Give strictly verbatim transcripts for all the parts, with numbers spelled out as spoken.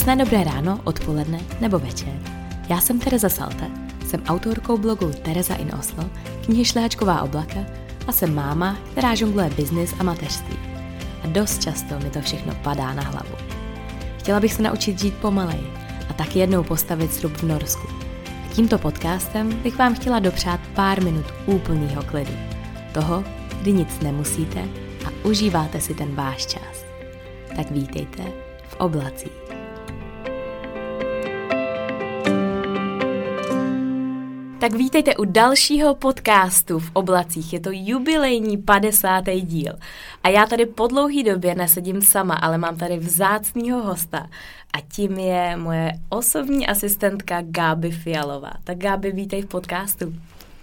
Krásné dobré ráno, odpoledne nebo večer. Já jsem Tereza Salte, jsem autorkou blogu Tereza in Oslo, knihy Šlehačková oblaka a jsem máma, která žongluje biznis a mateřství. A dost často mi to všechno padá na hlavu. Chtěla bych se naučit žít pomaleji a tak jednou postavit srub v Norsku. A tímto podcastem bych vám chtěla dopřát pár minut úplného klidu. Toho, kdy nic nemusíte a užíváte si ten váš čas. Tak vítejte v oblacích. Tak vítejte u dalšího podcastu v oblacích. Je to jubilejní padesátý díl. A já tady po dlouhý době nesedím sama, ale mám tady vzácnýho hosta. A tím je moje osobní asistentka Gáby Fialová. Tak Gáby, vítej v podcastu.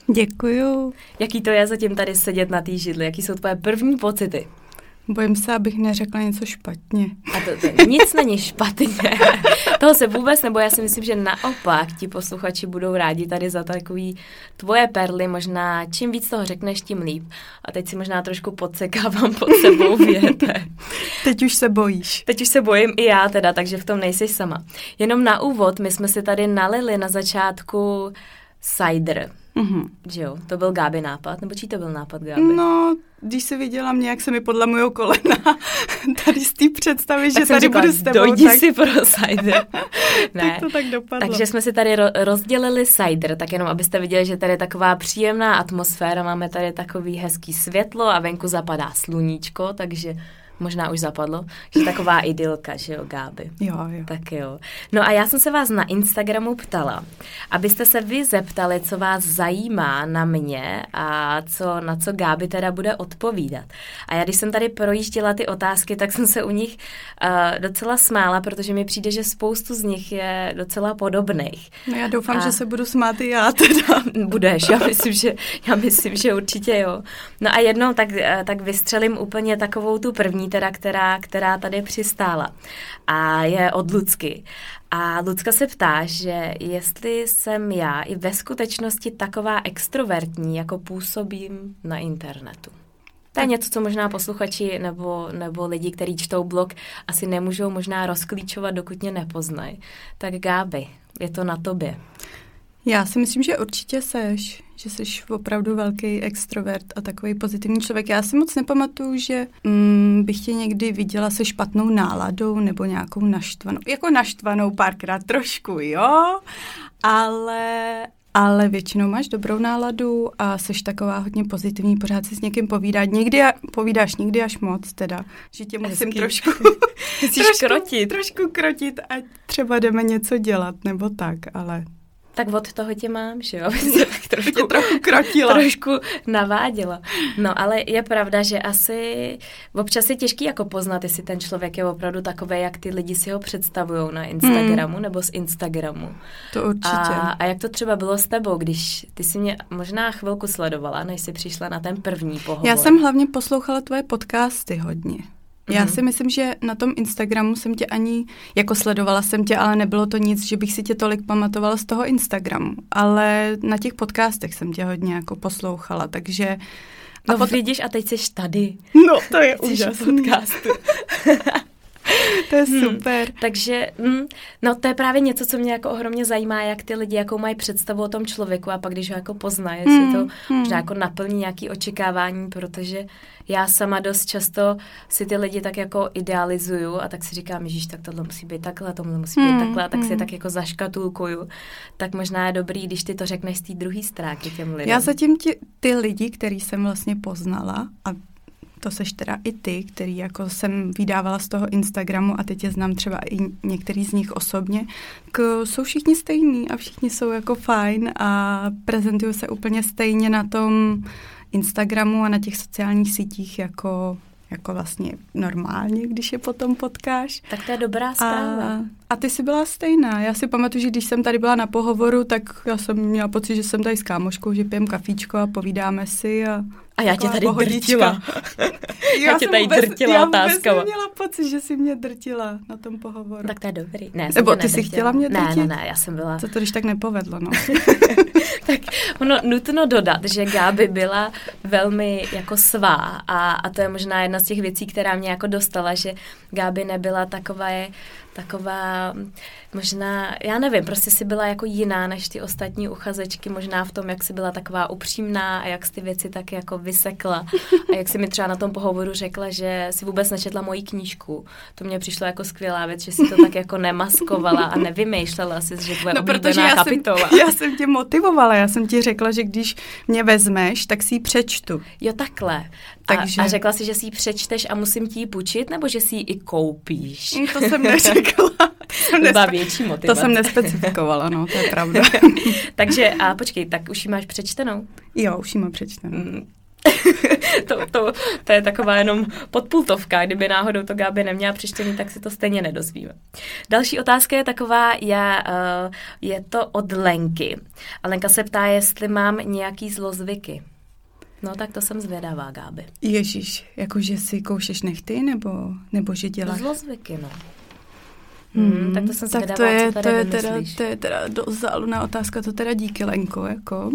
Děkuju. Jaký to je zatím tady sedět na té židli? Jaký jsou tvoje první pocity? Bojím se, abych neřekla něco špatně. A to, to nic není špatně. Toho se vůbec nebo já si myslím, že naopak ti posluchači budou rádi tady za takový tvoje perly. Možná čím víc toho řekneš, tím líp. A teď si možná trošku podsekávám pod sebou věte. Teď už se bojíš. Teď už se bojím i já teda, takže v tom nejsi sama. Jenom na úvod, my jsme si tady nalili na začátku cider. Mm-hmm. Že jo, to byl Gáby nápad, nebo čí to byl nápad, Gáby? No, když se viděla mě, jak se mi podlamujou kolena tady z té představy, tak že tady říkala, budu s tebou. Dojdi tak... si pro cider. Ne. Tak to tak dopadlo. Takže jsme si tady ro- rozdělili cider, tak jenom abyste viděli, že tady je taková příjemná atmosféra, máme tady takový hezký světlo a venku zapadá sluníčko, takže možná už zapadlo, že taková idylka, že jo, Gáby. Jo, jo. Tak jo. No a já jsem se vás na Instagramu ptala, abyste se vy zeptali, co vás zajímá na mě a co, na co Gáby teda bude odpovídat. A já když jsem tady projížděla ty otázky, tak jsem se u nich uh, docela smála, protože mi přijde, že spoustu z nich je docela podobných. No já doufám, a... že se budu smát i já teda. Budeš, já myslím, že, já myslím, že určitě jo. No a jednou tak, tak vystřelím úplně takovou tu první, teda, která, která tady přistála. A je od Lucky. A Lucka se ptá, že jestli jsem já i ve skutečnosti taková extrovertní, jako působím na internetu. To je něco, co možná posluchači nebo, nebo lidi, kteří čtou blog, asi nemůžou možná rozklíčovat, dokud mě nepoznají. Tak Gáby, je to na tobě. Já si myslím, že určitě seš, že jsi opravdu velký extrovert a takový pozitivní člověk. Já si moc nepamatuju, že mm, bych tě někdy viděla se špatnou náladou nebo nějakou naštvanou. Jako naštvanou párkrát trošku, jo, ale... Ale většinou máš dobrou náladu a seš taková hodně pozitivní, pořád si s někým povídat. Nikdy a, povídáš nikdy až moc, teda, že tě musím Hezký. trošku, trošku krotit. trošku krotit a třeba jdeme něco dělat, nebo tak, ale... Tak od toho tě mám, že jo, aby se tak trošku, tě trochu krotila. Trošku naváděla. No, ale je pravda, že asi občas je těžký jako poznat, jestli ten člověk je opravdu takový, jak ty lidi si ho představujou na Instagramu mm. nebo z Instagramu. To určitě. A, a jak to třeba bylo s tebou, když ty jsi mě možná chvilku sledovala, než jsi přišla na ten první pohovor? Já jsem hlavně poslouchala tvoje podcasty hodně. Já si myslím, že na tom Instagramu jsem tě ani, jako sledovala jsem tě, ale nebylo to nic, že bych si tě tolik pamatovala z toho Instagramu. Ale na těch podcastech jsem tě hodně jako poslouchala, takže... No pot... vidíš, a teď jsi tady. No, to je úžasný. Podcastu. To je super. Hmm, takže, mm, no to je právě něco, co mě jako ohromně zajímá, jak ty lidi, jakou mají představu o tom člověku a pak, když ho jako poznají, jestli hmm, to hmm. možná jako naplní nějaké očekávání, protože já sama dost často si ty lidi tak jako idealizuju a tak si říkám, ježíš, tak tohle musí být takhle, tohle musí být hmm, takhle a tak hmm. si je tak jako zaškatulkuju. Tak možná je dobrý, když ty to řekneš z té druhé stránky těm lidem. Já zatím ti, ty lidi, který jsem vlastně poznala a to seš teda i ty, který jako jsem vydávala z toho Instagramu a teď je znám třeba i některý z nich osobně, k, jsou všichni stejní a všichni jsou jako fajn a prezentují se úplně stejně na tom Instagramu a na těch sociálních sítích jako, jako vlastně normálně, když je potom potkáš. Tak to je dobrá zpráva. A, a ty jsi byla stejná. Já si pamatuju, že když jsem tady byla na pohovoru, tak já jsem měla pocit, že jsem tady s kámoškou, že pijem kafíčko a povídáme si a A já tě tady drtila. já, já tě tady vůbec, drtila otázkama. Já vůbec měla pocit, že jsi mě drtila na tom pohovoru. Tak to je dobrý. Ne, Nebo ty jsi chtěla mě drtit? Ne, ne, ne, já jsem byla... Co to když tak nepovedlo, no. Tak ono nutno dodat, že Gáby byla velmi jako svá a, a to je možná jedna z těch věcí, která mě jako dostala, že Gáby nebyla taková, taková možná, já nevím, prostě si byla jako jiná než ty ostatní uchazečky, možná v tom, jak jsi byla taková upřímná a jak jsi ty věci tak jako vysekla a jak jsi mi třeba na tom pohovoru řekla, že si vůbec nečetla moji knížku. To mně přišlo jako skvělá věc, že si to tak jako nemaskovala a nevymýšlela si, že tvoje no, oblíbená já kapitola. Jsem, já jsem tě motivovala, já jsem ti řekla, že když mě vezmeš, tak si ji přečtu. Jo, takhle. Takže... A, a řekla si, že si ji přečteš a musím ti ji půjčit, nebo že si ji i koupíš? To jsem neřekla. To byla větší motivace. To jsem nespecifikovala, no, to je pravda. Takže a počkej, tak už ji máš přečtenou? Jo, už ji mám přečtenou. Mm. to, to, to je taková jenom podpultovka, kdyby náhodou to Gáby neměla přečtený, tak si to stejně nedozvíme. Další otázka je taková, já, uh, je to od Lenky. A Lenka se ptá, jestli mám nějaký zlozvyky. No tak to jsem zvědavá, Gáby. Ježíš, jakože si koušeš nechty, nebo, nebo že děláš? Zlozvyky, no. Hmm, hmm, tak to jsem zvědavá, to je, co tady to je teda, vymyslíš. to je teda dost záluná otázka, to teda díky, Lenko, jako.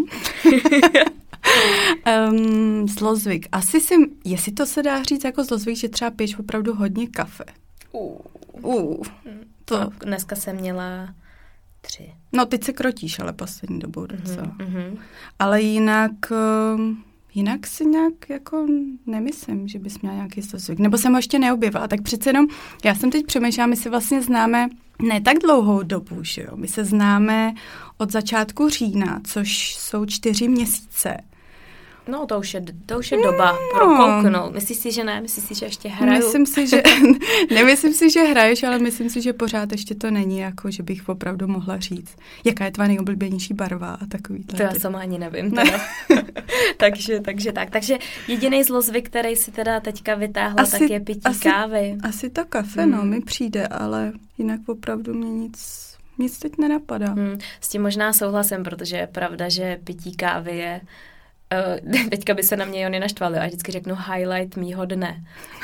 um, zlozvyk. Asi si, jestli to se dá říct jako zlozvyk, že třeba piješ opravdu hodně kafe. Uh. Uh, to. A dneska jsem měla tři. No, teď se krotíš, ale poslední dobou docela. Mm-hmm. Ale jinak... Um, Jinak si nějak jako nemyslím, že bys měla nějaký zlozvyk. Nebo jsem ho ještě neobjevila. Tak přece jenom, já jsem teď přemýšlela, my si vlastně známe ne tak dlouhou dobu, že jo. My se známe od začátku října, což jsou čtyři měsíce. No, to už je, to už je doba no. prokouknout. Myslíš si, že ne? Myslíš si, že ještě hraju? Myslím si, že, nemyslím si, že hraješ, ale myslím si, že pořád ještě to není, jako, že bych opravdu mohla říct, jaká je tvá nejoblíbenější barva a takový. To já sama ani nevím. Teda. takže, takže tak. Takže jediný zlozvyk, který si teda teďka vytáhla, asi, tak je pití asi, kávy. Asi to kafe, hmm. no, mi přijde, ale jinak opravdu mě nic... Nic teď nenapadá. Hmm, s tím možná souhlasím, protože je pravda, že pití kávy je Uh, teďka by se na mě Jony naštvali a vždycky řeknu highlight mýho dne.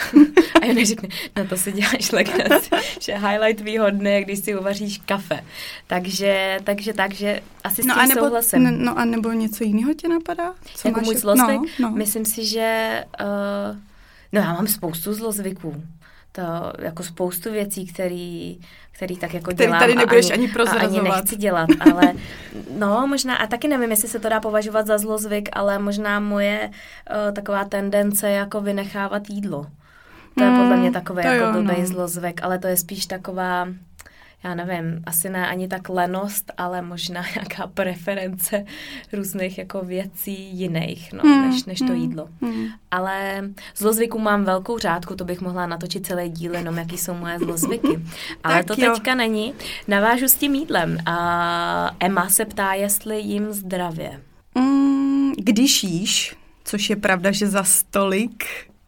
A Jony řekne, no to si děláš legraci, že highlight mýho dne je, když si uvaříš kafe. Takže, takže tak, že asi s no tím a nebo, souhlasím. N- no a nebo něco jiného tě napadá? Co jako máš? můj zlozvyk? No, no. Myslím si, že uh, no já mám spoustu zlozvyků. To jako spoustu věcí, který, který tak jako který dělám tady nebudeš a ani, ani prozrazovat. A ani nechci dělat, ale no možná, a taky nevím, jestli se to dá považovat za zlozvyk, ale možná moje uh, taková tendence jako vynechávat jídlo. To je podle mě takový mm, jako jo, blbej no. zlozvyk, ale to je spíš taková, já nevím, asi ne ani tak lenost, ale možná nějaká preference různých jako věcí jiných, no, mm, než, než to jídlo. Mm. Ale zlozvyků mám velkou řádku, to bych mohla natočit celý díl, jenom jaký jsou moje zlozvyky. Ale to jo. teďka není. Navážu s tím jídlem. A Emma se ptá, jestli jím zdravě. Mm, když jíš, což je pravda, že za stolik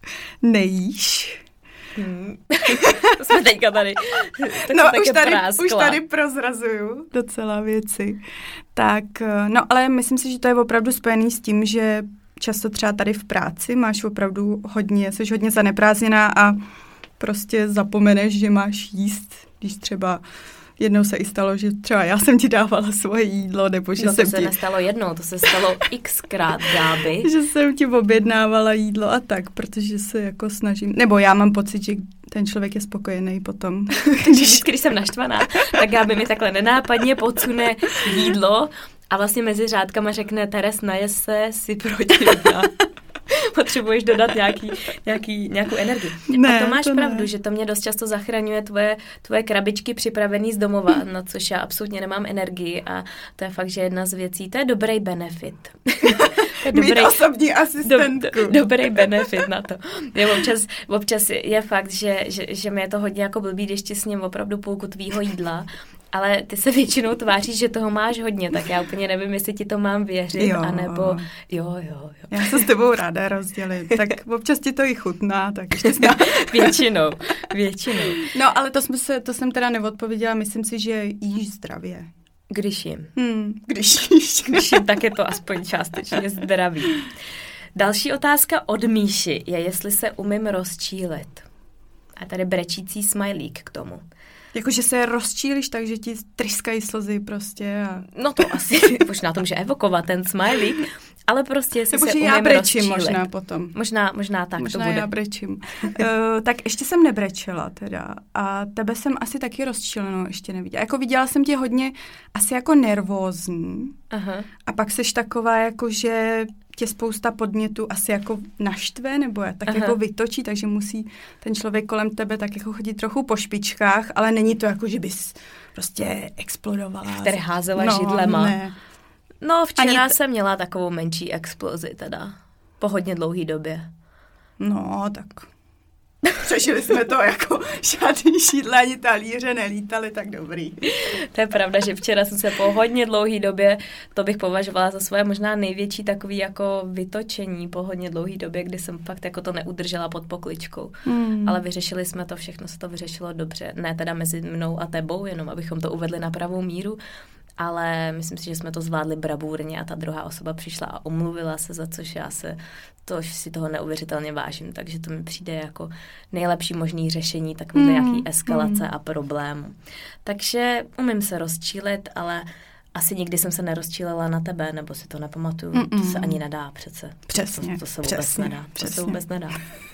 nejíš, Hmm. To jsme teďka tady. No už tady, už tady prozrazuju docela věci. Tak, no ale myslím si, že to je opravdu spojený s tím, že často třeba tady v práci máš opravdu hodně, jsi hodně zaneprázdněná a prostě zapomeneš, že máš jíst, když třeba jednou se i stalo, že třeba já jsem ti dávala svoje jídlo, nebo že no, jsem to se ti... nestalo jednou, to se stalo xkrát, Gáby. Že jsem ti objednávala jídlo a tak, protože se jako snažím, nebo já mám pocit, že ten člověk je spokojený potom. Když, když jsem naštvaná, tak Gáby mi takhle nenápadně podsune jídlo a vlastně mezi řádkama řekne, Teres, najes se, si protivná. Potřebuješ dodat nějaký, nějaký, nějakou energii. Ne, a to máš to pravdu, ne. že to mě dost často zachraňuje tvoje, tvoje krabičky připravený z domova, na což já absolutně nemám energii a to je fakt, že jedna z věcí, to je dobrý benefit. To je dobrý, mít osobní asistentku. Do, dobrý benefit na to. Je občas, občas je fakt, že, že, že mi je to hodně jako blbý, když ti s ním opravdu půlku tvýho jídla, ale ty se většinou tváříš, že toho máš hodně, tak já úplně nevím, jestli ti to mám věřit, jo. anebo jo, jo, jo. Já se s tebou ráda rozdělím, tak občas ti to i chutná, tak ještě snad. Většinou, většinou. No, ale to, jsme se, to jsem teda neodpověděla, myslím si, že jíš zdravě. Když jim. Hmm, když jíš. Když jim, tak je to aspoň částečně zdravý. Další otázka od Míši je, jestli se umím rozčílit. A tady brečící smajlík k tomu. Jakože se rozčíliš tak, že ti tryskají slzy prostě. A... No to asi možná to může evokovat ten smajlík, ale prostě si Nebo se já umím brečím rozčílit. možná potom. Možná, možná tak možná to bude. já brečím. uh, tak ještě jsem nebrečela teda a tebe jsem asi taky rozčílenou ještě neviděla. Jako viděla jsem tě hodně asi jako nervózní. Aha. A pak seš taková jako, že tě spousta podnětů asi jako naštve nebo je tak Aha. jako vytočí, takže musí ten člověk kolem tebe tak jako chodit trochu po špičkách, ale není to jako, že bys prostě explodovala. Který házela no, židlema. Ne. No včera t- jsem měla takovou menší explozi teda. Po hodně dlouhý době. No, tak přežili jsme to jako žádný šídla ani talíře nelítali, tak dobrý. To je pravda, že včera jsem se po hodně dlouhý době, to bych považovala za svoje možná největší takový jako vytočení po hodně dlouhý době, kdy jsem fakt jako to neudržela pod pokličkou. Hmm. Ale vyřešili jsme to, všechno se to vyřešilo dobře. Ne teda mezi mnou a tebou, jenom abychom to uvedli na pravou míru. Ale myslím si, že jsme to zvládli bravurně a ta druhá osoba přišla a omluvila se, za což já se to si toho neuvěřitelně vážím. Takže to mi přijde jako nejlepší možný řešení takové mm, nějaký eskalace mm. a problému. Takže umím se rozčílit, ale asi nikdy jsem se nerozčílila na tebe, nebo si to nepamatuju. Mm-mm. To se ani nedá přece. Přesně. To, to se vůbec přesně, nedá. Přesně. To se vůbec nedá.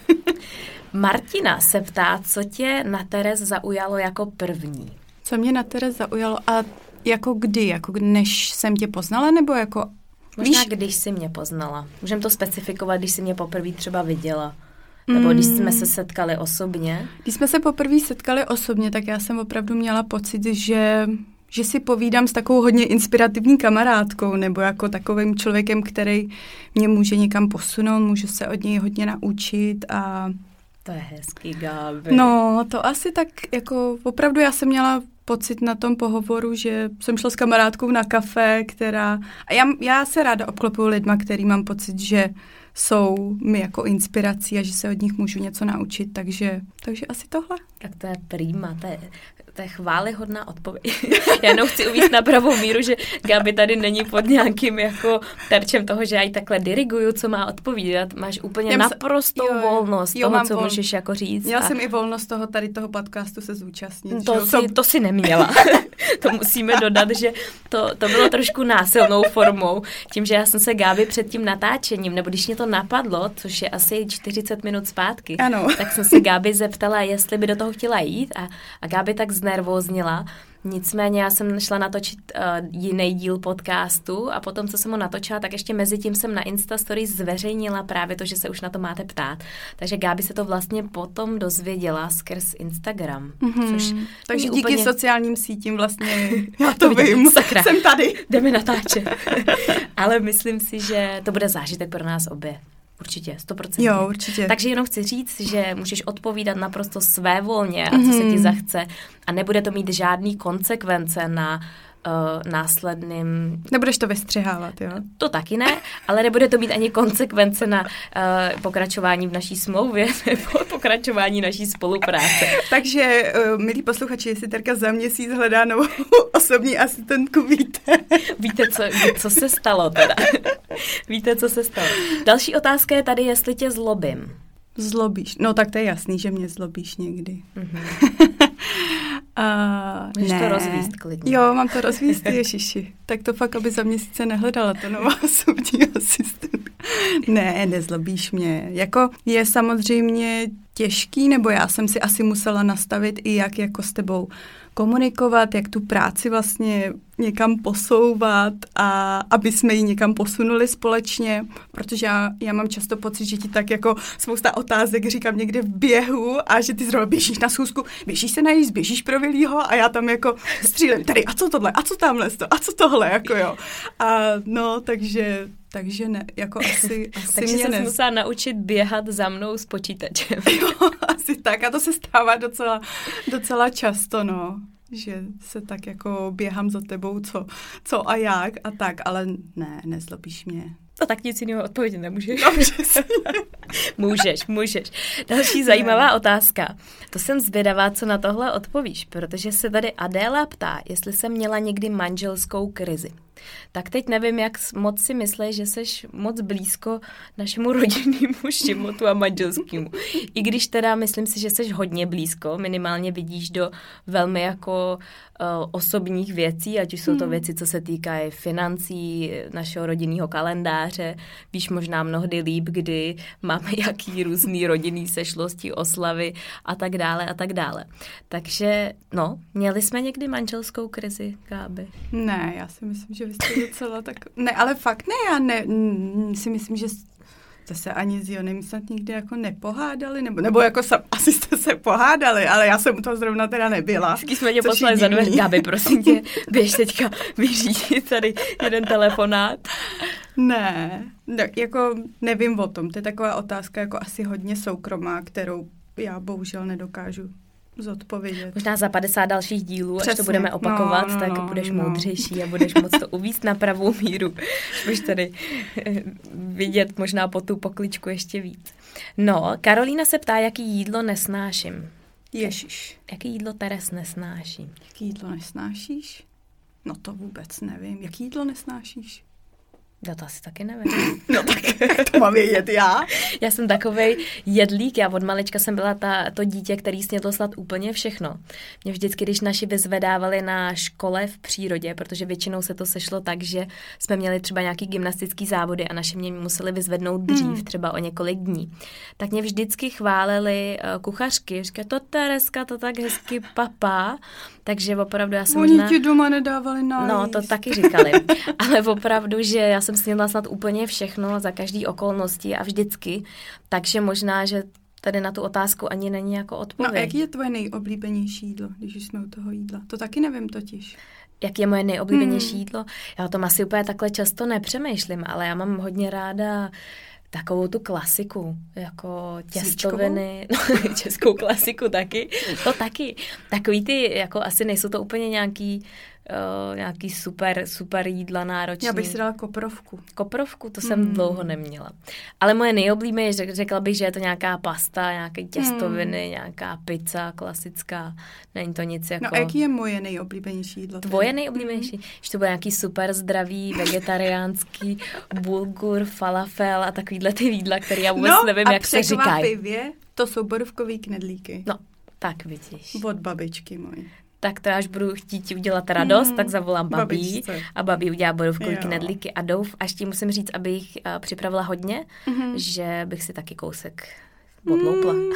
Martina se ptá, co tě na Terez zaujalo jako první? Co mě na Terez zaujalo a jako kdy? Jako než jsem tě poznala, nebo jako... Možná víš? Když jsi mě poznala. Můžeme to specifikovat, když jsi mě poprvé třeba viděla. Nebo mm. když jsme se setkali osobně. Když jsme se poprvé setkali osobně, tak já jsem opravdu měla pocit, že, že si povídám s takovou hodně inspirativní kamarádkou, nebo jako takovým člověkem, který mě může někam posunout, můžu se od něj hodně naučit a... To je hezký, Gáby. No, to asi tak jako opravdu já jsem měla pocit na tom pohovoru, že jsem šla s kamarádkou na kafe, která... A já, já se ráda obklopuju lidma, který mám pocit, že jsou mi jako inspirací a že se od nich můžu něco naučit, takže, takže asi tohle. Tak to je prima, to je, to je chválihodná odpověď. Já jenom chci uvést na pravou míru, že Gabi tady není pod nějakým jako terčem toho, že já jí takhle diriguju, co má odpovídat. Máš úplně naprostou se, jo, volnost jo, toho, co vol... můžeš jako říct. Měla a... jsem i volnost toho, tady toho podcastu se zúčastnit. To, si, to si neměla. To musíme dodat, že to, to bylo trošku násilnou formou. Tím, že já jsem se Gabi před tím natáčením, nebo když mě to napadlo, což je asi čtyřicet minut zpátky, ano. tak jsem se Gabi zeptala, jestli by do toho chtěla jít a, a Gabi tak znervóznila. Nicméně já jsem šla natočit uh, jiný díl podcastu a potom, co jsem ho natočila, tak ještě mezi tím jsem na Insta Stories zveřejnila právě to, že se už na to máte ptát. Takže Gabi se to vlastně potom dozvěděla skrz Instagram. Mm-hmm. Což Takže díky úplně... sociálním sítím vlastně já to vím. Sakra. Jsem tady. Jdeme natáčet. Ale myslím si, že to bude zážitek pro nás obě. Určitě, sto procent. Jo, určitě. Takže jenom chci říct, že můžeš odpovídat naprosto svévolně a co se ti zachce a nebude to mít žádný konsekvence na uh, následným... Nebudeš to vystřihávat, jo? To taky ne, ale nebude to mít ani konsekvence na uh, pokračování v naší smlouvě nebo pokračování naší spolupráce. Takže, uh, milí posluchači, jestli Terka za měsíc hledá novou osobní asistentku, víte. Víte, co, co se stalo teda. Víte, co se stalo. Další otázka je tady, jestli tě zlobím. Zlobíš? No tak to je jasný, že mě zlobíš někdy. Mm-hmm. uh, Můžeš ne. to rozvíst klidně. Jo, mám to rozvíst, ježiši. Tak to fakt, aby za měsíce nehledala to nová osobní asistentka. Ne, nezlobíš mě. Jako je samozřejmě těžký, nebo já jsem si asi musela nastavit i jak jako s tebou komunikovat, jak tu práci vlastně někam posouvat a aby jsme ji někam posunuli společně, protože já, já mám často pocit, že ti tak jako spousta otázek říkám někde v běhu a že ty zrovna běžíš na schůzku, běžíš se najíst, běžíš pro Vilího a já tam jako střílím tady a co tohle, a co tamhle to, a co tohle, jako jo. A no, takže... Takže ne, jako asi, asi Takže mě jsem ne... musela naučit běhat za mnou s počítačem. Jo, asi tak a to se stává docela, docela často, no. Že se tak jako běhám za tebou, co, co a jak a tak, ale ne, nezlobíš mě. To tak nic jiného odpovědět nemůžeš. Dobře. Můžeš, můžeš. Další zajímavá ne. otázka. To jsem zvědavá, co na tohle odpovíš, protože se tady Adéla ptá, jestli jsem měla někdy manželskou krizi. Tak teď nevím, jak moc si myslíš, že seš moc blízko našemu rodinnému životu a manželskému. I když teda myslím si, že seš hodně blízko, minimálně vidíš do velmi jako uh, osobních věcí, ať už jsou to hmm. věci, co se týkají financí, našeho rodinného kalendáře. Víš možná mnohdy líp, kdy máme jaký různý rodinný sešlosti, oslavy a tak dále a tak dále. Takže, no, měli jsme někdy manželskou krizi, Gáby? Ne, já si myslím, že vy jste docela tak... Ne, ale fakt ne, já ne, n- si myslím, že jste se ani s Jonem snad nikdy jako nepohádali, nebo, nebo jako sam, asi jste se pohádali, ale já jsem u toho zrovna teda nebyla. Vždycky jsme tě poslali za dveře. Gáby, prosím tě, běž teďka vyřídit tady jeden telefonát. Ne, no, jako nevím o tom, to je taková otázka jako asi hodně soukromá, kterou já bohužel nedokážu zodpovědět. Možná za padesát dalších dílů, Přesně. až to budeme opakovat, no, no, tak no, budeš no. moudřejší a budeš moct to uvíct na pravou míru. Budeš tady vidět možná po tu pokličku ještě víc. No, Karolína se ptá, jaký jídlo nesnáším. Ježiš. Jaký jídlo Teres nesnáší? Jaký jídlo nesnášíš? No to vůbec nevím. Jaký jídlo nesnášíš? Já to asi taky nevím. No tak to mám vědět já. Já jsem takovej jedlík, já od malička jsem byla ta, to dítě, který snědlo snad úplně všechno. Mě vždycky, když naši vyzvedávali na škole v přírodě, protože většinou se to sešlo tak, že jsme měli třeba nějaký gymnastický závody a naši mě museli vyzvednout dřív, hmm. třeba o několik dní. Tak mě vždycky chválili uh, kuchařky, říkají, to Tereska, to tak hezky papá. Takže opravdu já jsem Oni možná... ti doma nedávali nájíst. No, to taky říkali. Ale opravdu, že já jsem snědla snad úplně všechno za každý okolnosti a vždycky. Takže možná, že tady na tu otázku ani není jako odpověď. No a jaký je tvoje nejoblíbenější jídlo, když už jsme u toho jídla? To taky nevím totiž. Jak je moje nejoblíbenější hmm. jídlo? Já o tom asi úplně takhle často nepřemýšlím, ale já mám hodně ráda takovou tu klasiku, jako těstoviny, no, českou klasiku taky, to taky. Takový ty, jako asi nejsou to úplně nějaký, uh, nějaký super, super jídla náročný. Já bych si dala koprovku. Koprovku, to jsem mm. dlouho neměla. Ale moje nejoblíbenější, řekla bych, že je to nějaká pasta, nějaké těstoviny, mm. nějaká pizza klasická. Není to nic jako... No a jaký je moje nejoblíbenější jídlo? Tvoje nejoblíbenější? Mm. Že to bude nějaký super zdravý, vegetariánský bulgur, falafel a takovýhle ty jídla, které já vůbec no, nevím, jak se říkají. No a překvapivě, to jsou borůvkový knedlíky. No, tak vidíš. Od babičky mojí. Tak to až budu chtít ti udělat radost, mm, tak zavolám babí babičce. A babí udělá borůvkový Jo. knedlíky a douf, až ti musím říct, abych uh, připravila hodně, mm-hmm. že bych si taky kousek odloupla. Mm.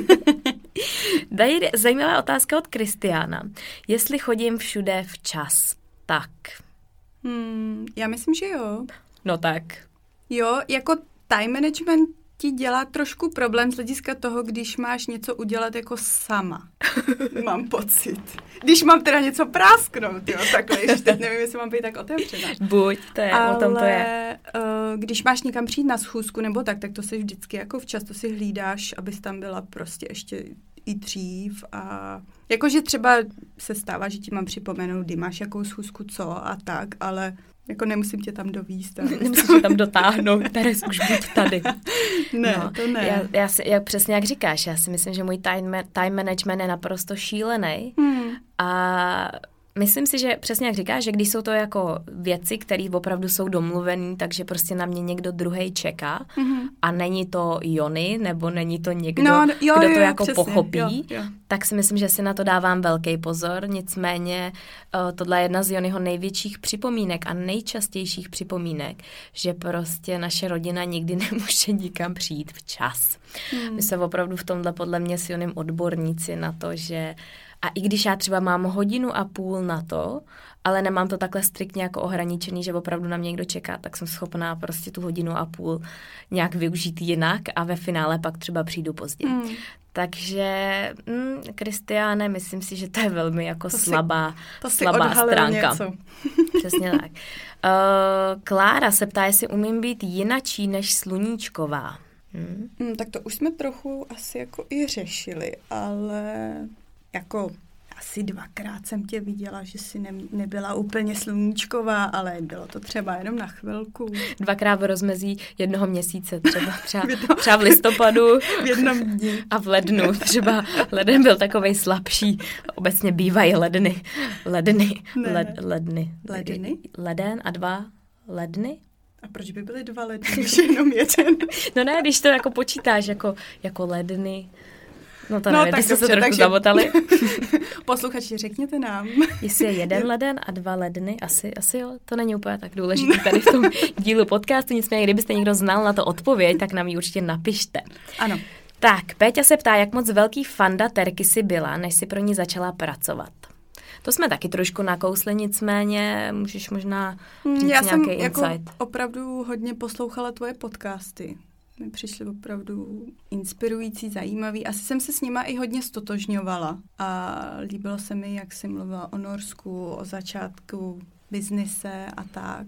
Dají zajímavá otázka od Kristiána. Jestli chodím všude včas, tak. Hmm, já myslím, že jo. No tak. Jo, jako time management ti dělá trošku problém z hlediska toho, když máš něco udělat jako sama. Mám pocit. Když mám teda něco prásknout, jo, takhle, ještě teď nevím, jestli mám být tak otevřená. Buď, to je, ale, o tom to je. Uh, když máš někam přijít na schůzku nebo tak, tak to si vždycky jako včas, to si hlídáš, abys tam byla prostě ještě i dřív a jakože třeba se stává, že ti mám připomenout, kdy máš jakou schůzku, co a tak, ale jako nemusím tě tam dovízt. Nemusím tě tam dotáhnout, Teres, už buď tady. Ne, no, to ne. Já, já si, jak přesně jak říkáš, já si myslím, že můj time, time management je naprosto šílený hmm. a myslím si, že přesně jak říkáš, že když jsou to jako věci, které opravdu jsou domluvené, takže prostě na mě někdo druhej čeká mm-hmm. a není to Jony, nebo není to někdo, no, jo, kdo jo, to jo, jako přesně, pochopí, jo, jo. tak si myslím, že si na to dávám velký pozor. Nicméně uh, tohle je jedna z Jonyho největších připomínek a nejčastějších připomínek, že prostě naše rodina nikdy nemůže nikam přijít včas. Hmm. My jsme opravdu v tomhle podle mě s Jonym odborníci na to, že a i když já třeba mám hodinu a půl na to, ale nemám to takhle striktně jako ohraničený, že opravdu na mě někdo čeká, tak jsem schopná prostě tu hodinu a půl nějak využít jinak a ve finále pak třeba přijdu později. Mm. Takže, mm, Kristiáne, myslím si, že to je velmi jako to slabá, si, to slabá stránka. Něco. Přesně tak. Uh, Klára se ptá, jestli umím být jinačí než Sluníčková. Hmm? Mm, tak to už jsme trochu asi jako i řešili, ale jako asi dvakrát jsem tě viděla, že jsi ne, nebyla úplně sluníčková, ale bylo to třeba jenom na chvilku. Dvakrát v rozmezí jednoho měsíce, třeba, třeba, třeba v listopadu v jednom dni. A v lednu. Třeba leden byl takovej slabší. Obecně bývají ledny. Ledny. Led, ledny. Ledny? Leden a dva ledny. A proč by byly dva ledny, když jenom jeden? No ne, když to jako počítáš jako, jako ledny. No to no, nevím, tak jste se dobře, trochu takže... zamotali. Posluchači, řekněte nám. Jestli je jeden leden a dva ledny, asi, asi jo, to není úplně tak důležité tady v tom dílu podcastu, nicméně, kdybyste někdo znal na to odpověď, tak nám ji určitě napište. Ano. Tak, Péťa se ptá, jak moc velký fanda Terky jsi byla, než si pro ní začala pracovat. To jsme taky trošku nakousli, nicméně můžeš možná říct Já nějaký jsem insight. Jako opravdu hodně poslouchala tvoje podcasty. Mi přišly opravdu inspirující, zajímavý. Asi jsem se s nima i hodně stotožňovala. A líbilo se mi, jak jsi mluvila o Norsku, o začátku biznise a tak.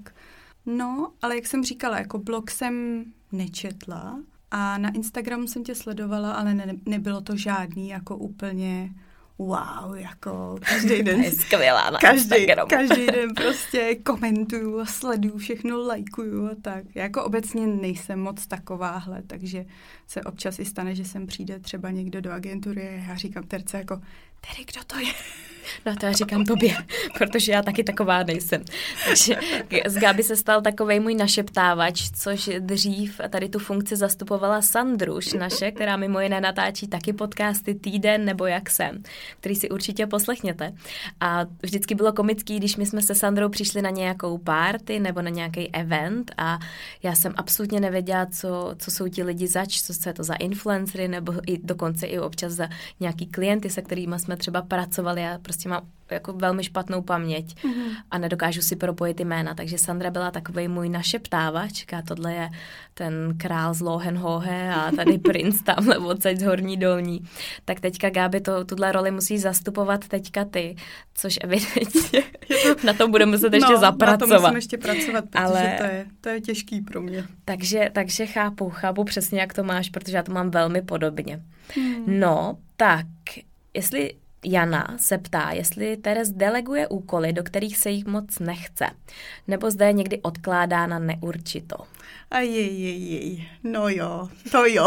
No, ale jak jsem říkala, jako blog jsem nečetla a na Instagramu jsem tě sledovala, ale ne, nebylo to žádný jako úplně wow, jako každý den. Je skvělá na každý, Instagramu. Každý den prostě komentuju a sleduju, všechno lajkuju a tak. Já jako obecně nejsem moc takováhle, takže se občas i stane, že sem přijde třeba někdo do agentury a já říkám Terce jako, Terry, kdo to je? No to já říkám tobě, protože já taky taková nejsem. Takže z Gáby se stal takovej můj našeptávač, což dřív tady tu funkci zastupovala Sandruš naše, která mimo jiné natáčí taky podcasty Týden nebo Jak jsem, který si určitě poslechněte. A vždycky bylo komický, když my jsme se Sandrou přišli na nějakou party nebo na nějaký event a já jsem absolutně nevěděla, co, co jsou ti lidi zač, co je to za influencery nebo i dokonce i občas za nějaký klienty, se kterými jsme třeba pracovali a prostě mám jako velmi špatnou paměť mm-hmm. a nedokážu si propojit jména, takže Sandra byla takovej můj našeptávač, a tohle je ten král z Lohenhohe a tady princ tamhle odsaď z Horní Dolní. Tak teďka, Gáby, to, tuhle roli musíš zastupovat teďka ty, což evidentně na tom budeme muset ještě no, zapracovat. na tom musím ještě pracovat, protože Ale... to, je, to je těžký pro mě. Takže, takže chápu, chápu přesně, jak to máš, protože já to mám velmi podobně. Hmm. No, tak, jestli Jana se ptá, jestli Teres deleguje úkoly, do kterých se jí moc nechce, nebo zde je někdy odkládá na neurčito. A jej, jej, jej. No jo, to jo.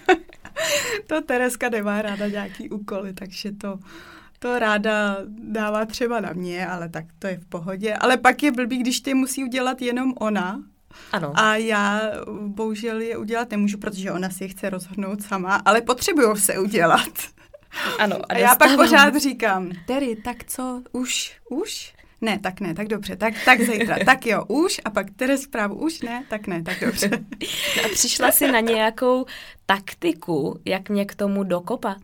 To Tereska nemá ráda nějaký úkoly, takže to, to ráda dává třeba na mě, ale tak to je v pohodě. Ale pak je blbý, když ty musí udělat jenom ona. Ano. A já bohužel je udělat nemůžu, protože ona si je chce rozhodnout sama, ale potřebuju se udělat. Ano, a, a já pak pořád říkám, Terry, tak co, už, už? Ne, tak ne, tak dobře, tak, tak zítra, tak jo, už, a pak Teres zprávu, už ne, tak ne, tak dobře. No a přišla jsi na nějakou taktiku, jak mě k tomu dokopat?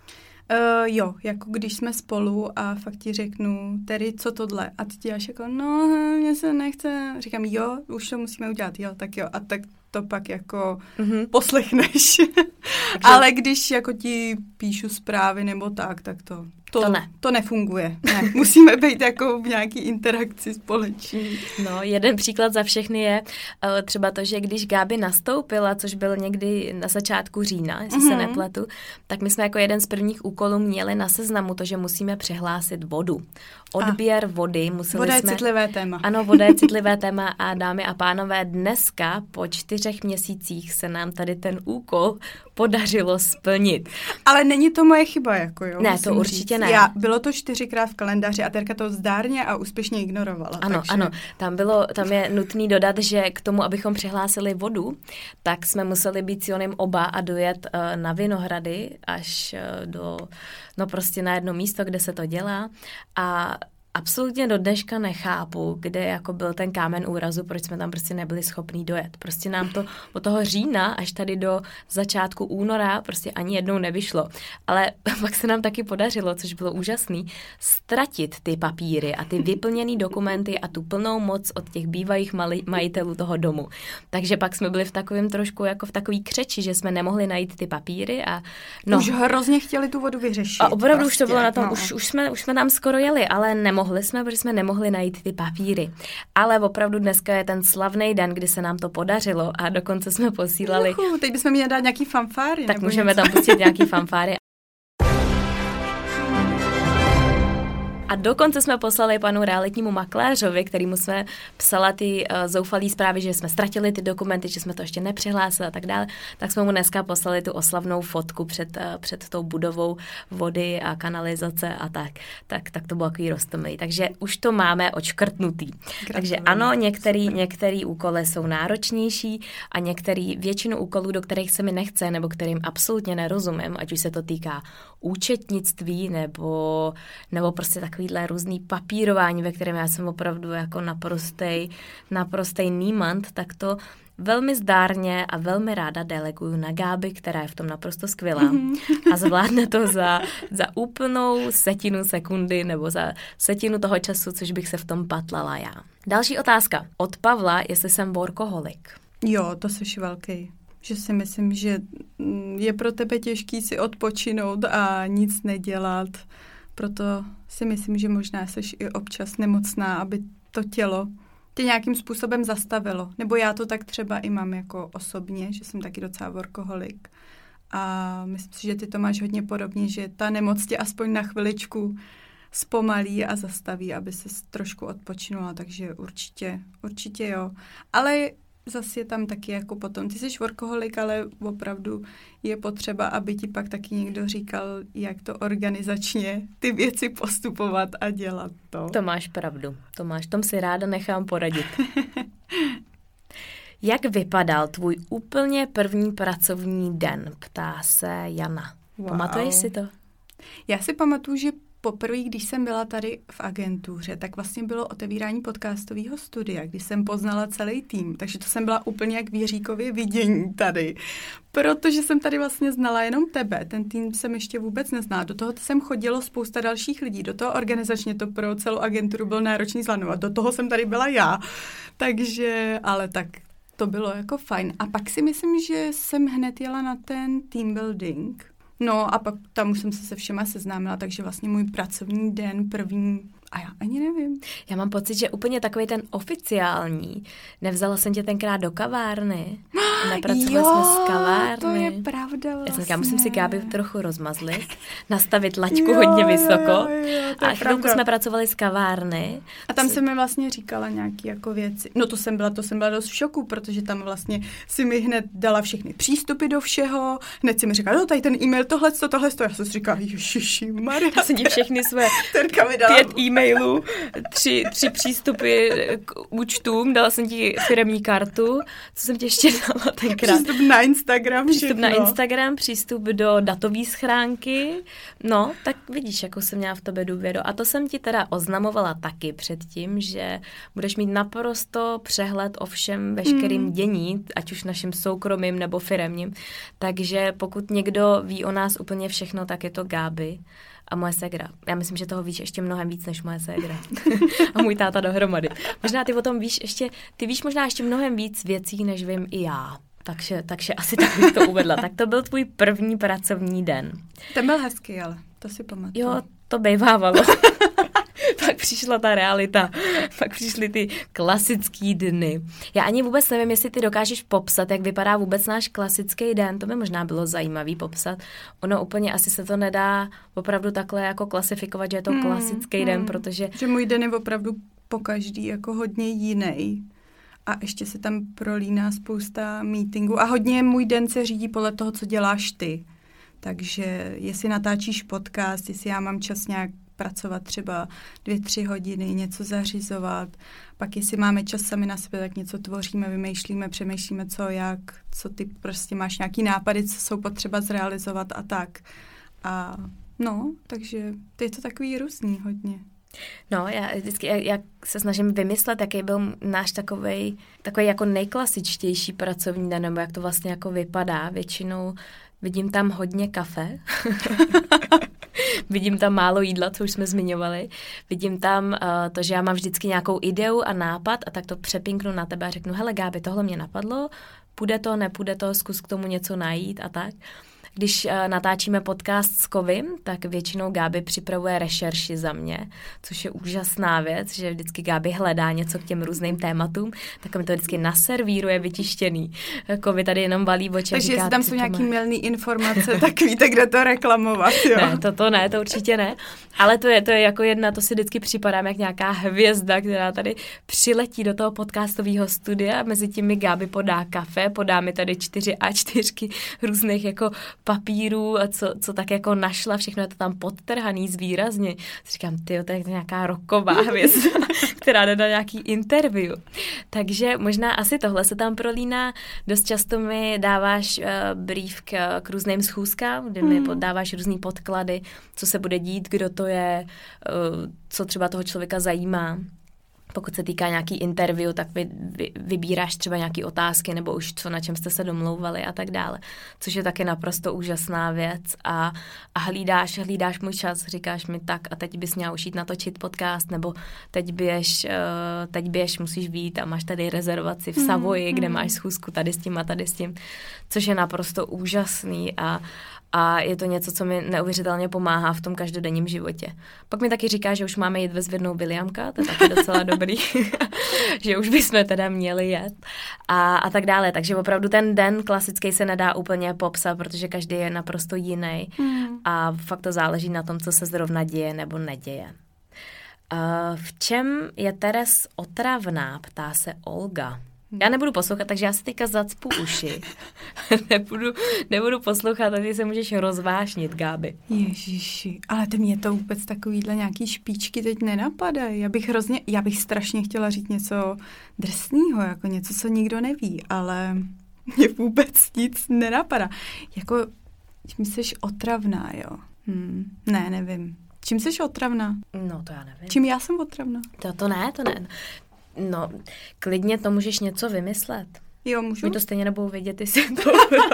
Uh, jo, jako když jsme spolu a fakt ti řeknu, Terry, co tohle? A ty děláš jako, no, mně se nechce. Říkám, jo, už to musíme udělat, jo, tak jo. A tak to pak jako mm-hmm. poslechneš. Takže... Ale když jako ti píšu zprávy nebo tak, tak to, to, to, ne. to nefunguje. Ne, musíme být jako v nějaký interakci společný. No, jeden příklad za všechny je uh, třeba to, že když Gáby nastoupila, což byl někdy na začátku října, jestli mm-hmm. se nepletu, tak my jsme jako jeden z prvních úkolů měli na seznamu to, že musíme přihlásit vodu. Odběr a. vody museli voda je jsme... citlivé téma. Ano, voda je citlivé téma a dámy a pánové, dneska po čtyřech měsících se nám tady ten úkol podařilo splnit. Ale není to moje chyba, jako jo. Ne, to určitě říct. ne. Já, bylo to čtyřikrát v kalendáři a Terka to zdárně a úspěšně ignorovala. Ano, takže... ano. Tam, bylo, tam je nutný dodat, že k tomu, abychom přihlásili vodu, tak jsme museli být s Jonem oba a dojet uh, na Vinohrady až uh, do, no prostě na jedno místo, kde se to dělá a absolutně do dneška nechápu, kde jako byl ten kámen úrazu, proč jsme tam prostě nebyli schopní dojet. Prostě nám to od toho října až tady do začátku února prostě ani jednou nevyšlo. Ale pak se nám taky podařilo, což bylo úžasný, ztratit ty papíry a ty vyplněné dokumenty a tu plnou moc od těch bývalých mali- majitelů toho domu. Takže pak jsme byli v takovém trošku jako v takový křeči, že jsme nemohli najít ty papíry a no. Už hrozně chtěli tu vodu vyřešit. A opravdu prostě, už to bylo na tom, no. už, už, jsme, už jsme tam skoro jeli, ale nemohli jsme, protože jsme nemohli najít ty papíry. Ale opravdu dneska je ten slavný den, kdy se nám to podařilo a dokonce jsme posílali... Juhu, teď bychom měli dát nějaký fanfáry. Tak můžeme něco. Tam pustit nějaký fanfáry. A dokonce jsme poslali panu realitnímu makléřovi, kterýmu jsme psala ty uh, zoufalý zprávy, že jsme ztratili ty dokumenty, že jsme to ještě nepřihlásili a tak dále, tak jsme mu dneska poslali tu oslavnou fotku před, uh, před tou budovou vody a kanalizace a tak. Tak, tak to bylo takový roztomilý. Takže už to máme odškrtnutý. Gratulujem. Takže ano, některý, některý úkoly jsou náročnější a některý většinu úkolů, do kterých se mi nechce nebo kterým absolutně nerozumím, ať už se to týká účetnictví nebo, nebo prostě takovýhle různý papírování, ve kterém já jsem opravdu jako naprostej, naprostej nímant, tak to velmi zdárně a velmi ráda deleguju na Gáby, která je v tom naprosto skvělá a zvládne to za, za úplnou setinu sekundy nebo za setinu toho času, což bych se v tom patlala já. Další otázka od Pavla, jestli jsem workoholik. Jo, to jsi velký. Že si myslím, že je pro tebe těžký si odpočinout a nic nedělat. Proto si myslím, že možná jsi i občas nemocná, aby to tělo tě nějakým způsobem zastavilo. Nebo já to tak třeba i mám jako osobně, že jsem taky docela workoholik. A myslím si, že ty to máš hodně podobně, že ta nemoc tě aspoň na chviličku zpomalí a zastaví, aby se trošku odpočinula. Takže určitě, určitě jo. Ale zase je tam taky jako potom, ty jsi workoholik, ale opravdu je potřeba, aby ti pak taky někdo říkal, jak to organizačně ty věci postupovat a dělat to. To máš pravdu, to máš, tom si ráda nechám poradit. Jak vypadal tvůj úplně první pracovní den, ptá se Jana. Wow. Pamatuješ si to? Já si pamatuju, že poprvé, když jsem byla tady v agentuře, tak vlastně bylo otevírání podcastového studia, kdy jsem poznala celý tým, takže to jsem byla úplně jak v Jiříkově vidění tady, protože jsem tady vlastně znala jenom tebe, ten tým jsem ještě vůbec neznala, do toho jsem chodilo spousta dalších lidí, do toho organizačně to pro celou agenturu byl náročný zvládnout, do toho jsem tady byla já, takže, ale tak to bylo jako fajn. A pak si myslím, že jsem hned jela na ten team building. No a pak tam už jsem se se všema seznámila, takže vlastně můj pracovní den první, a já ani nevím. Já mám pocit, že úplně takový ten oficiální, nevzala jsem tě tenkrát do kavárny, nepracovali jo, jsme z kavárny. To je pravda vlastně. Já jsem říkala, musím si Gáby trochu rozmazlit, nastavit laťku jo, hodně vysoko. Jo, jo, jo, a chvilku jsme pracovali z kavárny. A tam se mi vlastně říkala nějaké jako věci. No to jsem byla, to jsem byla dost v šoku, protože tam vlastně si mi hned dala všechny přístupy do všeho, hned si mi říkala, no tady ten e-mail, tohle, tohle, já jsem si říkala, ježišimarja. Já jsem ti všechny své pět e-mailů, tři, tři přístupy k účtům, dala jsem ti firemní kartu, co jsem ti ještě dala tenkrát. Přístup na Instagram, Přístup všechno. na Instagram, přístup do datové schránky, no, tak vidíš, jakou jsem měla v tobě důvěru. A to jsem ti teda oznamovala taky předtím, že budeš mít naprosto přehled o všem veškerým mm. dění, ať už naším soukromým nebo firemním. Takže pokud někdo ví o nás úplně všechno, tak je to Gáby a moje ségra. Já myslím, že toho víš ještě mnohem víc než moje ségra. A můj táta dohromady. Možná ty o tom víš ještě, ty víš možná ještě mnohem víc věcí, než vím i já. Takže, takže asi tak bych to uvedla. Tak to byl tvůj první pracovní den. Ten byl hezký, ale to si pamatuju. Jo, to bejvávalo. Pak přišla ta realita, pak přišly ty klasický dny. Já ani vůbec nevím, jestli ty dokážeš popsat, jak vypadá vůbec náš klasický den. To by možná bylo zajímavý popsat. Ono úplně asi se to nedá opravdu takhle jako klasifikovat, že je to hmm, klasický hmm. den, protože... Že můj den je opravdu pokaždý jako hodně jiný. A ještě se tam prolíná spousta meetingů. A hodně můj den se řídí podle toho, co děláš ty. Takže jestli natáčíš podcast, jestli já mám čas nějak pracovat třeba dvě, tři hodiny, něco zařizovat. Pak jestli máme čas sami na sebe, tak něco tvoříme, vymýšlíme, přemýšlíme, co, jak, co ty prostě máš nějaký nápady, co jsou potřeba zrealizovat a tak. A no, takže je to takový různý hodně. No, já vždycky, jak, jak se snažím vymyslet, jaký byl náš takovej, takový jako nejklasičtější pracovní den, nebo jak to vlastně jako vypadá. Většinou vidím tam hodně kafe. Vidím tam málo jídla, co už jsme zmiňovali. Vidím tam uh, to, že já mám vždycky nějakou ideu a nápad a tak to přepinknu na tebe a řeknu, hele Gáby, tohle mě napadlo, půjde to, nepůjde to, zkus k tomu něco najít a tak. když uh, natáčíme podcast s Kovim, tak většinou Gáby připravuje rešerši za mě, což je úžasná věc, že vždycky Gáby hledá něco k těm různým tématům, tak mi to vždycky naservíruje vytištěný. Kovy tady jenom valí oči. Takže říká, jestli tam jsou nějaký mylný informace, tak víte, kde to reklamovat, jo? Ne, to, to ne, to určitě ne. Ale to je, to je jako jedna, to si vždycky připadám jak nějaká hvězda, která tady přiletí do toho podcastového studia, mezi tím mi Gáby podá kafe, podá mi tady čtyři á čtyřky různých jako papírů, co, co tak jako našla, všechno je to tam podtrhaný zvýrazně. Říkám, tyjo, to je nějaká rocková hvězda, která jde na nějaký interview. Takže možná asi tohle se tam prolíná. Dost často mi dáváš uh, brief k, k různým schůzkám, kde mi podáváš různý podklady, co se bude dít, kdo to je, uh, co třeba toho člověka zajímá. Pokud se týká nějaký interview, tak vy, vy, vybíráš třeba nějaké otázky nebo už co, na čem jste se domlouvali a tak dále. Což je taky naprosto úžasná věc a, a hlídáš, hlídáš můj čas, říkáš mi tak a teď bys měla už jít natočit podcast nebo teď běž, uh, teď běž, musíš vyjít a máš tady rezervaci v Savoji, mm, kde mm. máš schůzku tady s tím a tady s tím, což je naprosto úžasný a A je to něco, co mi neuvěřitelně pomáhá v tom každodenním životě. Pak mi taky říká, že už máme jít ve zvědnou Williamka, to je taky docela dobrý, že už bychom teda měli jet a, a tak dále. Takže opravdu ten den klasický se nedá úplně popsat, protože každý je naprosto jiný mm. a fakt to záleží na tom, co se zrovna děje nebo neděje. Uh, v čem je Teres otravná, ptá se Olga. Já nebudu poslouchat, takže já si teďka zacpu uši. nebudu, nebudu poslouchat, a ty se můžeš rozvášnit, Gáby. Ježiši, ale to mě to vůbec takovýhle nějaký špičky teď nenapadají. Já bych hrozně, já bych strašně chtěla říct něco drsného, jako něco, co nikdo neví, ale mě vůbec nic nenapadá. Jako, čím jsi otravná, jo? Hmm, ne, nevím. Čím jsi otravná? No, to já nevím. Čím já jsem otravná? To, to ne, to ne. No, klidně to můžeš něco vymyslet. Jo, můžu? My to stejně nebudou vědět, jestli to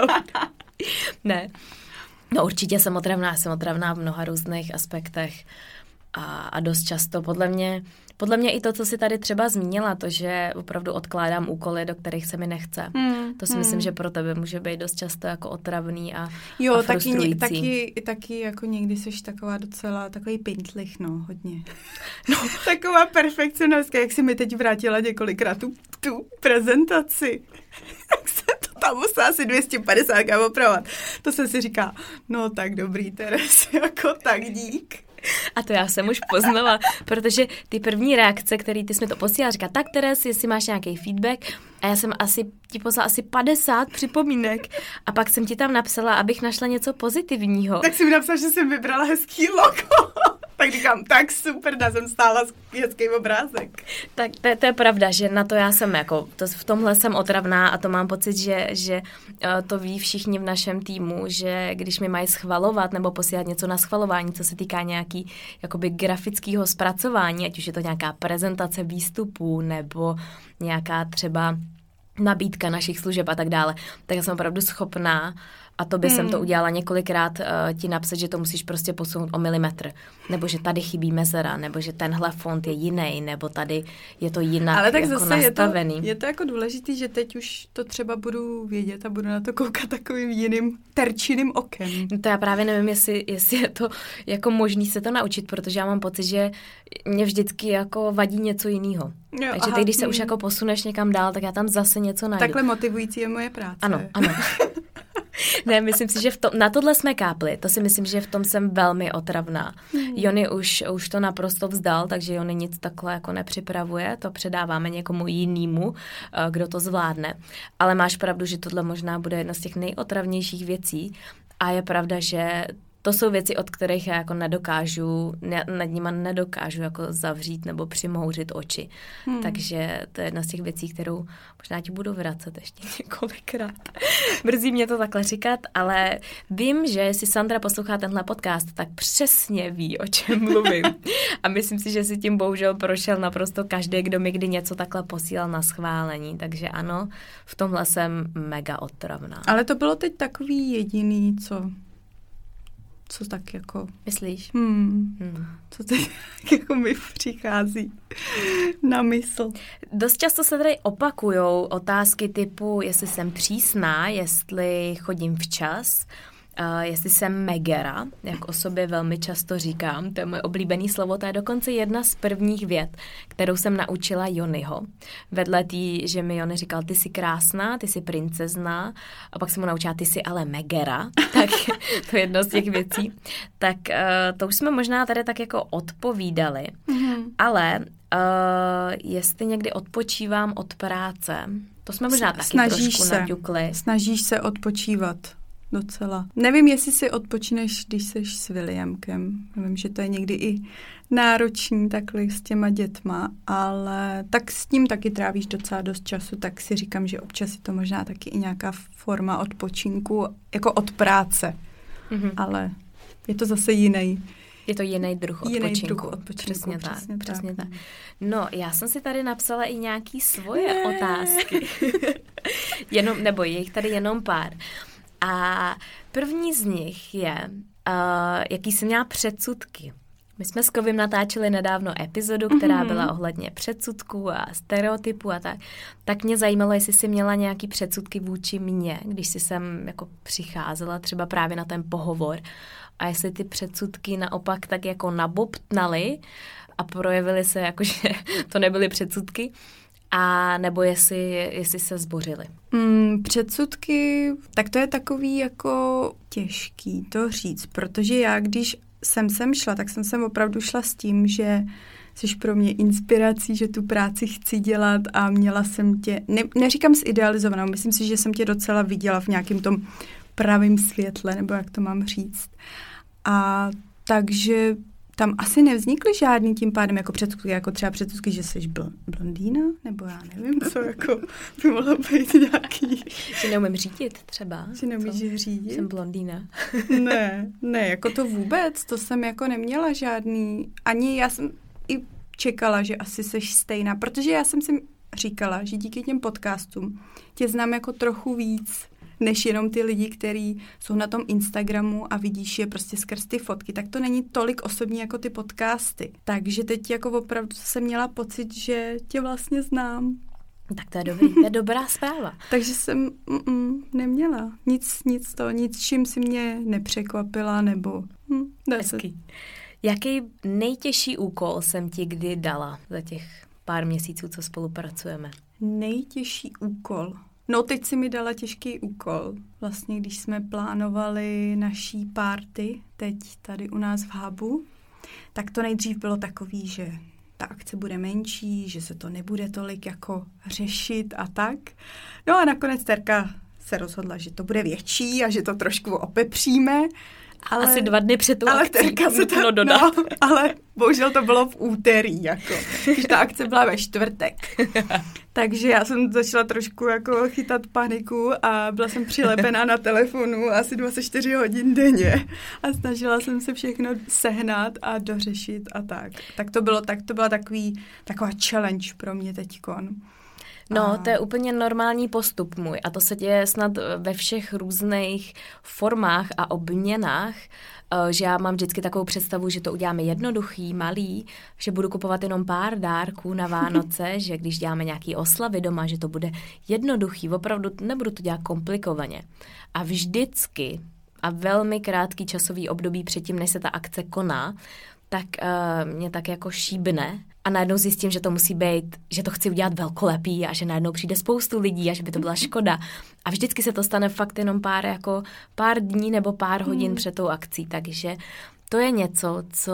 Ne. No určitě jsem otravná, jsem otravná v mnoha různých aspektech a, a dost často podle mě, podle mě i to, co jsi tady třeba zmínila, to, že opravdu odkládám úkoly, do kterých se mi nechce. Hmm, to si hmm. myslím, že pro tebe může být dost často jako otravný a, jo, a frustrující. Jo, taky, taky, taky jako někdy jsi taková docela, takový pintlich, no, hodně. No. Taková perfekcionistka, jak jsi mi teď vrátila několikrát tu, tu prezentaci. Jak se to tam musela asi dvě stě padesát opravovat. To jsem si říká, no tak dobrý, Teres, jako tak dík. A to já jsem už poznala, protože ty první reakce, které ty jsi mi to posílala, říká, tak Teres, jestli máš nějaký feedback, a já jsem asi ti poslala asi padesát připomínek a pak jsem ti tam napsala, abych našla něco pozitivního. Tak jsi mi napsala, že jsem vybrala hezký logo. Tak říkám, tak super, já jsem stála hezký obrázek. Tak to, to je pravda, že na to já jsem jako, to, v tomhle jsem otravná a to mám pocit, že, že to ví všichni v našem týmu, že když mi mají schvalovat nebo posílat něco na schvalování, co se týká nějaký jakoby grafického zpracování, ať už je to nějaká prezentace výstupů nebo nějaká třeba nabídka našich služeb a tak dále, tak já jsem opravdu schopná a to by hmm. jsem to udělala několikrát uh, ti napsat, že to musíš prostě posunout o milimetr, nebo že tady chybí mezera, nebo že tenhle font je jiný, nebo tady je to jinak. Ale tak jako zase nastavený. Je to, je to jako důležitý, že teď už to třeba budu vědět a budu na to koukat takovým jiným terčiným okem. No to já právě nevím, jestli, jestli je to jako možný se to naučit, protože já mám pocit, že mě vždycky jako vadí něco jiného. Jo, takže aha, ty, když se hm. už jako posuneš někam dál, tak já tam zase něco najdu. Takhle motivující je moje práce. Ano, ano. Ne, myslím si, že v tom, na tohle jsme kápli, to si myslím, že v tom jsem velmi otravná. Hmm. Jony už, už to naprosto vzdal, takže Jony nic takhle jako nepřipravuje, to předáváme někomu jinému, kdo to zvládne. Ale máš pravdu, že tohle možná bude jedna z těch nejotravnějších věcí a je pravda, že to jsou věci, od kterých já jako nedokážu, ne, nad nima nedokážu jako zavřít nebo přimhouřit oči. Hmm. Takže to je jedna z těch věcí, kterou možná ti budu vracet ještě několikrát. Mrzí mě to takhle říkat, ale vím, že jestli Sandra poslouchá tenhle podcast, tak přesně ví, o čem mluvím. A myslím si, že si tím bohužel prošel naprosto každý, kdo mi kdy něco takhle posílal na schválení. Takže ano, v tomhle jsem mega otravná. Ale to bylo teď takový jediný, co... Co tak jako... Myslíš? Hmm. Hmm. Co teď jako mi přichází na mysl. Dost často se tady opakujou otázky typu, jestli jsem přísná, jestli chodím včas, Uh, jestli jsem megera, jak o sobě velmi často říkám, to je moje oblíbené slovo, to je dokonce jedna z prvních vět, kterou jsem naučila Jonyho. Vedle tý, že mi Jony říkal, ty jsi krásná, ty jsi princezna, a pak jsem mu naučila, ty jsi ale megera, tak to je jedno z těch věcí. Tak uh, to už jsme možná tady tak jako odpovídali, mm-hmm. ale uh, jestli někdy odpočívám od práce, to jsme možná taky snažíš trošku se, naťukli. Snažíš se odpočívat. Docela. Nevím, jestli si odpočíneš, když seš s Williamkem. Nevím, že to je někdy i náročný takhle s těma dětma, ale tak s tím taky trávíš docela dost času, tak si říkám, že občas je to možná taky i nějaká forma odpočinku, jako od práce. Mm-hmm. Ale je to zase jiný. Je to jiný druh odpočinku. Jiný druh odpočinku. Přesně, přesně tak, tak. Přesně tak. No, já jsem si tady napsala i nějaký svoje ne. otázky. jenom, nebo je jich tady jenom pár. A první z nich je, uh, jaký jsem měla předsudky. My jsme s Kovim natáčeli nedávno epizodu, která mm-hmm. byla ohledně předsudků a stereotypů a tak. Tak mě zajímalo, jestli jsi měla nějaký předsudky vůči mně, když jsi sem jako přicházela třeba právě na ten pohovor. A jestli ty předsudky naopak tak jako nabobtnaly a projevily se jako, že to nebyly předsudky, a nebo jestli, jestli se zbořily. Mm, předsudky, tak to je takový jako těžký to říct, protože já, když jsem sem šla, tak jsem sem opravdu šla s tím, že jsi pro mě inspirací, že tu práci chci dělat a měla jsem tě, ne, neříkám zidealizovanou, myslím si, že jsem tě docela viděla v nějakém tom pravém světle, nebo jak to mám říct. A takže tam asi nevznikly žádný tím pádem jako předsudky, jako třeba předsudky, že jsi bl- blondýna, nebo já nevím, co jako by mohlo být nějaký. Že neumím řídit třeba. Že neumíš řídit. Jsem blondýna. ne, ne, jako to vůbec, to jsem jako neměla žádný, ani já jsem i čekala, že asi seš stejná, protože já jsem si říkala, že díky těm podcastům tě znám jako trochu víc, než jenom ty lidi, kteří jsou na tom Instagramu a vidíš je prostě skrz ty fotky, tak to není tolik osobní jako ty podcasty. Takže teď jako opravdu jsem měla pocit, že tě vlastně znám. Tak to je dobrý, to je dobrá zpráva. Takže jsem mm, neměla nic, nic to, nic, čím si mě nepřekvapila, nebo hm, hezký. Jaký nejtěžší úkol jsem ti kdy dala za těch pár měsíců, co spolupracujeme? Nejtěžší úkol? No, teď si mi dala těžký úkol. Vlastně, když jsme plánovali naší party, teď tady u nás v hubu, tak to nejdřív bylo takový, že ta akce bude menší, že se to nebude tolik jako řešit a tak. No a nakonec Terka se rozhodla, že to bude větší a že to trošku opepříme. Ale, Asi dva dny před tu ale akcí. Terka se to, no, ale bohužel to bylo v úterý, jako, když ta akce byla ve čtvrtek. Takže já jsem začala trošku jako chytat paniku a byla jsem přilepená na telefonu asi dvacet čtyři hodin denně a snažila jsem se všechno sehnat a dořešit a tak. Tak to bylo, tak to byla takový, taková challenge pro mě teďkon. No, a... to je úplně normální postup můj a to se děje snad ve všech různých formách a obměnách, že já mám vždycky takovou představu, že to uděláme jednoduchý, malý, že budu kupovat jenom pár dárků na Vánoce, že když děláme nějaký oslavy doma, že to bude jednoduchý, opravdu nebudu to dělat komplikovaně. A vždycky a velmi krátký časový období předtím, než se ta akce koná, tak uh, mě tak jako šíbne a najednou zjistím, že to musí být, že to chci udělat velkolepý a že najednou přijde spoustu lidí a že by to byla škoda. A vždycky se to stane fakt jenom pár, jako pár dní nebo pár hodin hmm. před tou akcí, takže to je něco, co,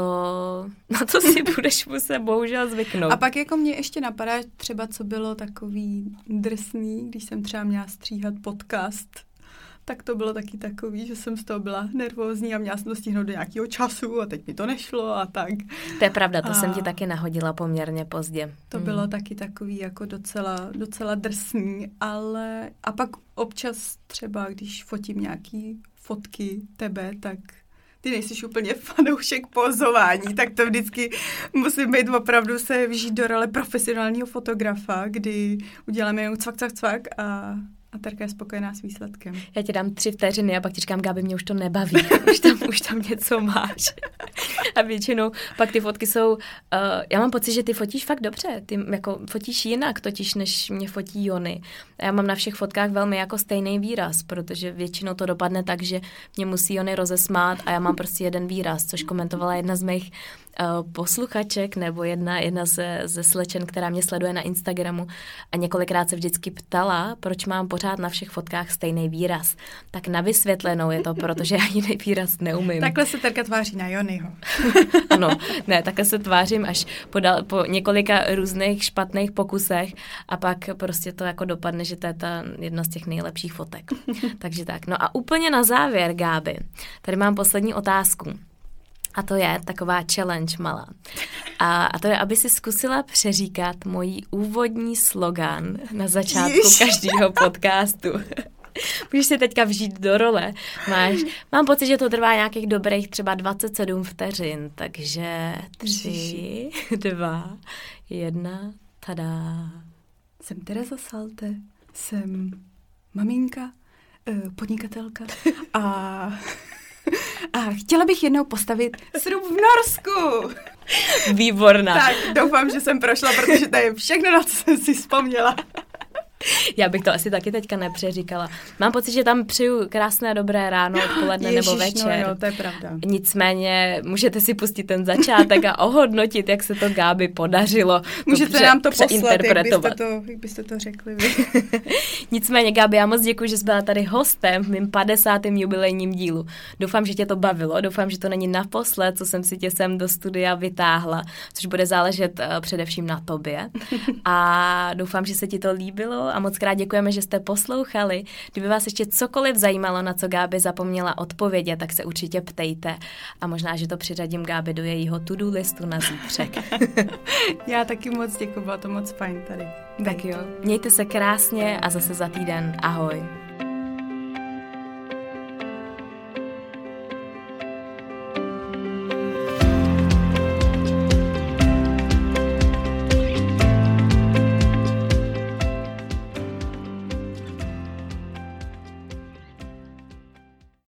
na co si budeš muset bohužel zvyknout. A pak jako mě ještě napadá třeba, co bylo takový drsný, když jsem třeba měla stříhat podcast, tak to bylo taky takový, že jsem z toho byla nervózní a měla jsem to stihnout do nějakého času a teď mi to nešlo a tak. To je pravda, to a jsem ti taky nahodila poměrně pozdě. To hmm. bylo taky takový jako docela, docela drsný, ale a pak občas třeba, když fotím nějaký fotky tebe, tak ty nejsiš úplně fanoušek pozování, tak to vždycky musím být opravdu se vžít do role profesionálního fotografa, kdy uděláme jenom cvak, cvak, cvak a A Terka je spokojená s výsledkem. Já ti dám tři vteřiny a pak ti říkám, Gábi, mě už to nebaví, už tam, už tam něco máš. A většinou pak ty fotky jsou, uh, já mám pocit, že ty fotíš fakt dobře, ty jako fotíš jinak totiž, než mě fotí Jony. A já mám na všech fotkách velmi jako stejný výraz, protože většinou to dopadne tak, že mě musí Jony rozesmát a já mám prostě jeden výraz, což komentovala jedna z mých uh, posluchaček nebo jedna, jedna ze, ze slečen, která mě sleduje na Instagramu a několikrát se vždycky ptala, proč mám pořád na všech fotkách stejný výraz. Tak na vysvětlenou je to, protože já jiný výraz neumím. Takhle se Terka tváří na Jonyho. Ano, ne, takhle se tvářím až po, dal, po několika různých špatných pokusech a pak prostě to jako dopadne, že to je ta jedna z těch nejlepších fotek. Takže tak. No a úplně na závěr, Gábi, tady mám poslední otázku. A to je taková challenge malá. A, a to je, aby si zkusila přeříkat můj úvodní slogan na začátku Jež. každého podcastu. Můžeš si teďka vžít do role. Máš, mám pocit, že to trvá nějakých dobrých třeba dvacet sedm vteřin, takže tři, dva, jedna, tada. Jsem Tereza Salte, jsem maminka, podnikatelka a... A chtěla bych jednou postavit srub v Norsku. Výborná. Tak, doufám, že jsem prošla, protože to je všechno, na co jsem si vzpomněla. Já bych to asi taky teďka nepřeříkala. Mám pocit, že tam přeju krásné dobré ráno, odpoledne Ježiš, nebo večer. No jo, to je pravda. Nicméně můžete si pustit ten začátek a ohodnotit, jak se to Gábi podařilo. Můžete to nám to poslat, jak byste to, jak byste to řekli vy. Nicméně, Gábi, já moc děkuji, že jsi byla tady hostem v mým padesátém jubilejním dílu. Doufám, že tě to bavilo, doufám, že to není naposled, co jsem si tě sem do studia vytáhla, což bude záležet uh, především na tobě. A doufám, že se ti to líbilo a moc krát děkujeme, že jste poslouchali. Kdyby vás ještě cokoliv zajímalo, na co Gábi zapomněla odpovědět, tak se určitě ptejte a možná, že to přiřadím Gábi do jejího to-do listu na zítřek. Já taky moc děkuji, bylo to moc fajn tady. Tak jo, mějte se krásně a zase za týden. Ahoj.